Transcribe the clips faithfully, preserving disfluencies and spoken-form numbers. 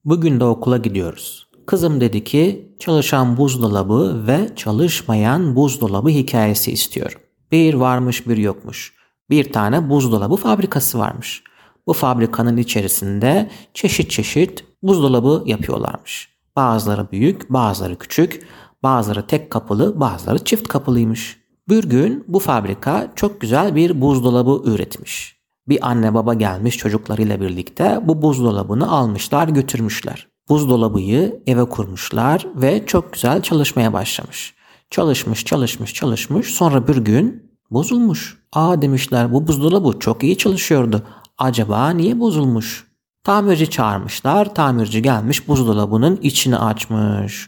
Bugün de okula gidiyoruz. Kızım dedi ki çalışan buzdolabı ve çalışmayan buzdolabı hikayesi istiyorum. Bir varmış bir yokmuş. Bir tane buzdolabı fabrikası varmış. Bu fabrikanın içerisinde çeşit çeşit buzdolabı yapıyorlarmış. Bazıları büyük, bazıları küçük, bazıları tek kapılı, bazıları çift kapılıymış. Bir gün bu fabrika çok güzel bir buzdolabı üretmiş. Bir anne baba gelmiş çocuklarıyla birlikte bu buzdolabını almışlar götürmüşler. Buzdolabıyı eve kurmuşlar ve çok güzel çalışmaya başlamış. Çalışmış çalışmış çalışmış sonra bir gün bozulmuş. Aa demişler bu buzdolabı çok iyi çalışıyordu. Acaba niye bozulmuş? Tamirci çağırmışlar. Tamirci gelmiş buzdolabının içini açmış.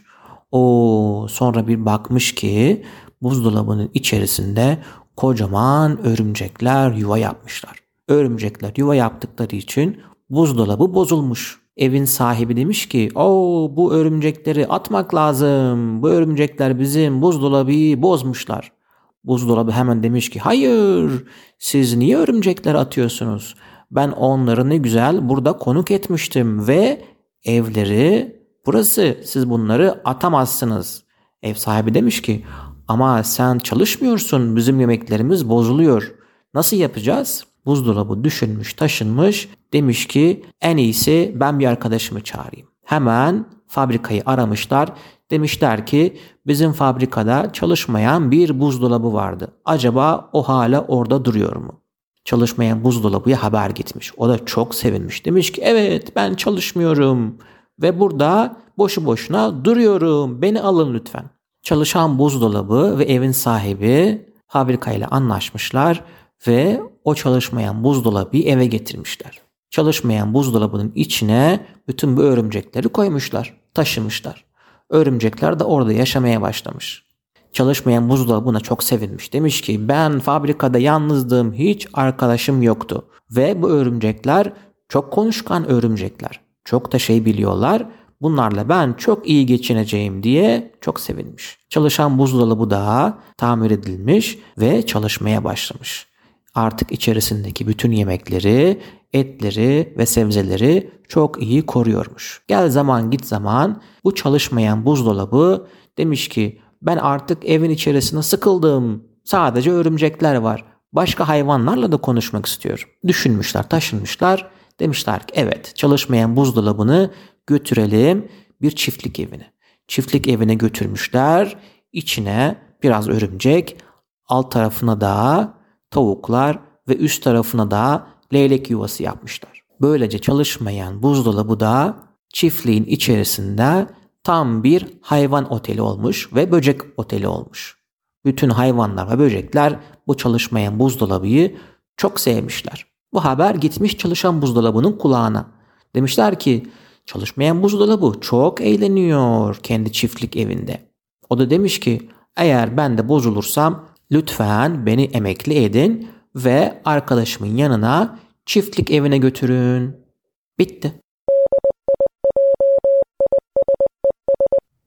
O sonra bir bakmış ki buzdolabının içerisinde kocaman örümcekler yuva yapmışlar. Örümcekler yuva yaptıkları için buzdolabı bozulmuş. Evin sahibi demiş ki o bu örümcekleri atmak lazım. Bu örümcekler bizim buzdolabıyı bozmuşlar. Buzdolabı hemen demiş ki hayır siz niye örümcekler atıyorsunuz? Ben onları ne güzel burada konuk etmiştim ve evleri burası siz bunları atamazsınız. Ev sahibi demiş ki ama sen çalışmıyorsun bizim yemeklerimiz bozuluyor. Nasıl yapacağız? Buzdolabı düşünmüş taşınmış demiş ki en iyisi ben bir arkadaşımı çağırayım. Hemen fabrikayı aramışlar. Demişler ki bizim fabrikada çalışmayan bir buzdolabı vardı. Acaba o hala orada duruyor mu? Çalışmayan buzdolabıya haber gitmiş. O da çok sevinmiş. Demiş ki evet ben çalışmıyorum ve burada boşu boşuna duruyorum. Beni alın lütfen. Çalışan buzdolabı ve evin sahibi fabrikayla anlaşmışlar ve o çalışmayan buzdolabıyı eve getirmişler. Çalışmayan buzdolabının içine bütün bu örümcekleri koymuşlar, taşımışlar. Örümcekler de orada yaşamaya başlamış. Çalışmayan buzdolabı buna çok sevinmiş. Demiş ki ben fabrikada yalnızdım, hiç arkadaşım yoktu. Ve bu örümcekler çok konuşkan örümcekler. Çok da şey biliyorlar. Bunlarla ben çok iyi geçineceğim diye çok sevinmiş. Çalışan buzdolabı da tamir edilmiş ve çalışmaya başlamış. Artık içerisindeki bütün yemekleri, etleri ve sebzeleri çok iyi koruyormuş. Gel zaman git zaman bu çalışmayan buzdolabı demiş ki ben artık evin içerisine sıkıldım. Sadece örümcekler var. Başka hayvanlarla da konuşmak istiyorum. Düşünmüşler, taşınmışlar. Demişler ki evet çalışmayan buzdolabını götürelim bir çiftlik evine. Çiftlik evine götürmüşler. İçine biraz örümcek, alt tarafına da tavuklar ve üst tarafına da leylek yuvası yapmışlar. Böylece çalışmayan buzdolabı da çiftliğin içerisinde tam bir hayvan oteli olmuş ve böcek oteli olmuş. Bütün hayvanlar ve böcekler bu çalışmayan buzdolabıyı çok sevmişler. Bu haber gitmiş çalışan buzdolabının kulağına. Demişler ki çalışmayan buzdolabı çok eğleniyor kendi çiftlik evinde. O da demiş ki eğer ben de bozulursam lütfen beni emekli edin ve arkadaşımın yanına çiftlik evine götürün. Bitti.